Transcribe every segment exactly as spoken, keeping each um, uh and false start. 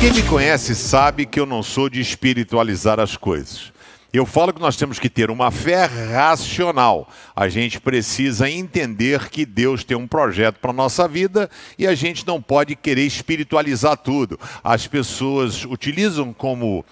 Quem me conhece sabe que eu não sou de espiritualizar as coisas. Eu falo que nós temos que ter uma fé racional. A gente precisa entender que Deus tem um projeto para a nossa vida e a gente não pode querer espiritualizar tudo. As pessoas utilizam como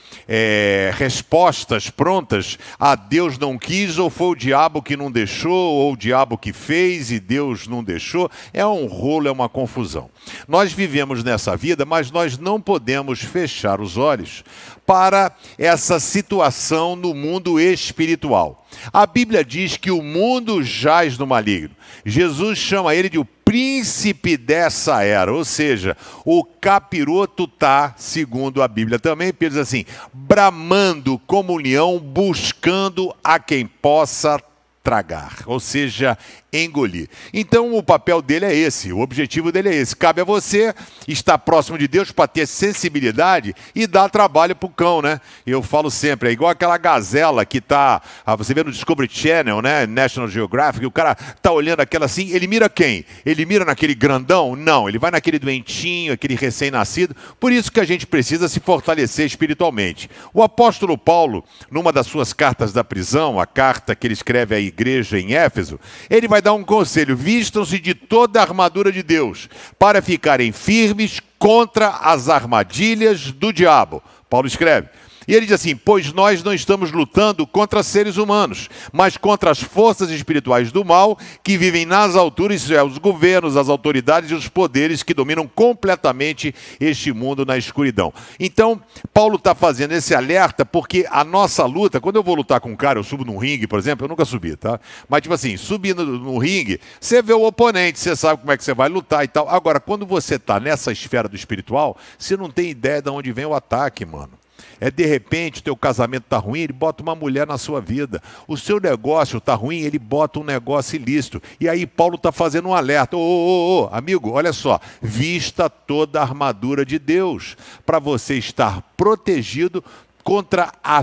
é, respostas prontas: ah, Deus não quis, ou foi o diabo que não deixou, ou o diabo que fez e Deus não deixou. É um rolo, é uma confusão. Nós vivemos nessa vida, mas nós não podemos fechar os olhos para essa situação no mundo espiritual. A Bíblia diz que o mundo jaz no maligno. Jesus chama ele de o príncipe dessa era, ou seja, o capiroto está, segundo a Bíblia também, diz assim, bramando comunhão, buscando a quem possa tragar, ou seja, engolir. Então o papel dele é esse, o objetivo dele é esse. Cabe a você estar próximo de Deus para ter sensibilidade e dar trabalho para o cão, né? Eu falo sempre, é igual aquela gazela que está, você vê no Discovery Channel, né? National Geographic, o cara está olhando aquela assim, ele mira quem? Ele mira naquele grandão? Não, ele vai naquele doentinho, aquele recém-nascido. Por isso que a gente precisa se fortalecer espiritualmente. O apóstolo Paulo, numa das suas cartas da prisão, a carta que ele escreve à igreja em Éfeso, ele vai dar um conselho: vistam-se de toda a armadura de Deus, para ficarem firmes contra as armadilhas do diabo. Paulo escreve. E ele diz assim: pois nós não estamos lutando contra seres humanos, mas contra as forças espirituais do mal que vivem nas alturas, isso é, os governos, as autoridades e os poderes que dominam completamente este mundo na escuridão. Então, Paulo está fazendo esse alerta porque a nossa luta, quando eu vou lutar com um cara, eu subo num ringue, por exemplo, eu nunca subi, tá? Mas tipo assim, subindo no ringue, você vê o oponente, você sabe como é que você vai lutar e tal. Agora, quando você está nessa esfera do espiritual, você não tem ideia de onde vem o ataque, mano. É de repente, o teu casamento está ruim, ele bota uma mulher na sua vida. O seu negócio está ruim, ele bota um negócio ilícito. E aí Paulo está fazendo um alerta. Ô, ô, ô, amigo, olha só. Vista toda a armadura de Deus para você estar protegido contra a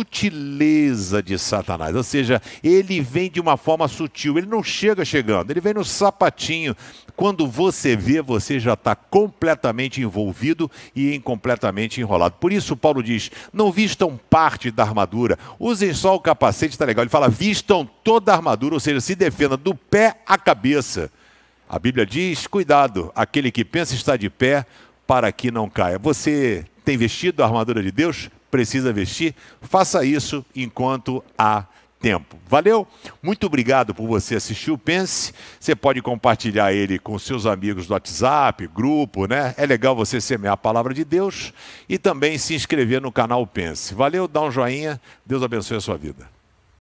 sutileza de Satanás. Ou seja, ele vem de uma forma sutil, ele não chega chegando, ele vem no sapatinho. Quando você vê, você já está completamente envolvido e completamente enrolado. Por isso Paulo diz, não vistam parte da armadura, usem só o capacete, está legal. Ele fala, vistam toda a armadura, ou seja, se defenda do pé à cabeça. A Bíblia diz, cuidado, aquele que pensa estar de pé, para que não caia. Você tem vestido a armadura de Deus? Precisa vestir? Faça isso enquanto há tempo. Valeu? Muito obrigado por você assistir o Pense. Você pode compartilhar ele com seus amigos do WhatsApp, grupo, né? É legal você semear a palavra de Deus e também se inscrever no canal Pense. Valeu, dá um joinha. Deus abençoe a sua vida.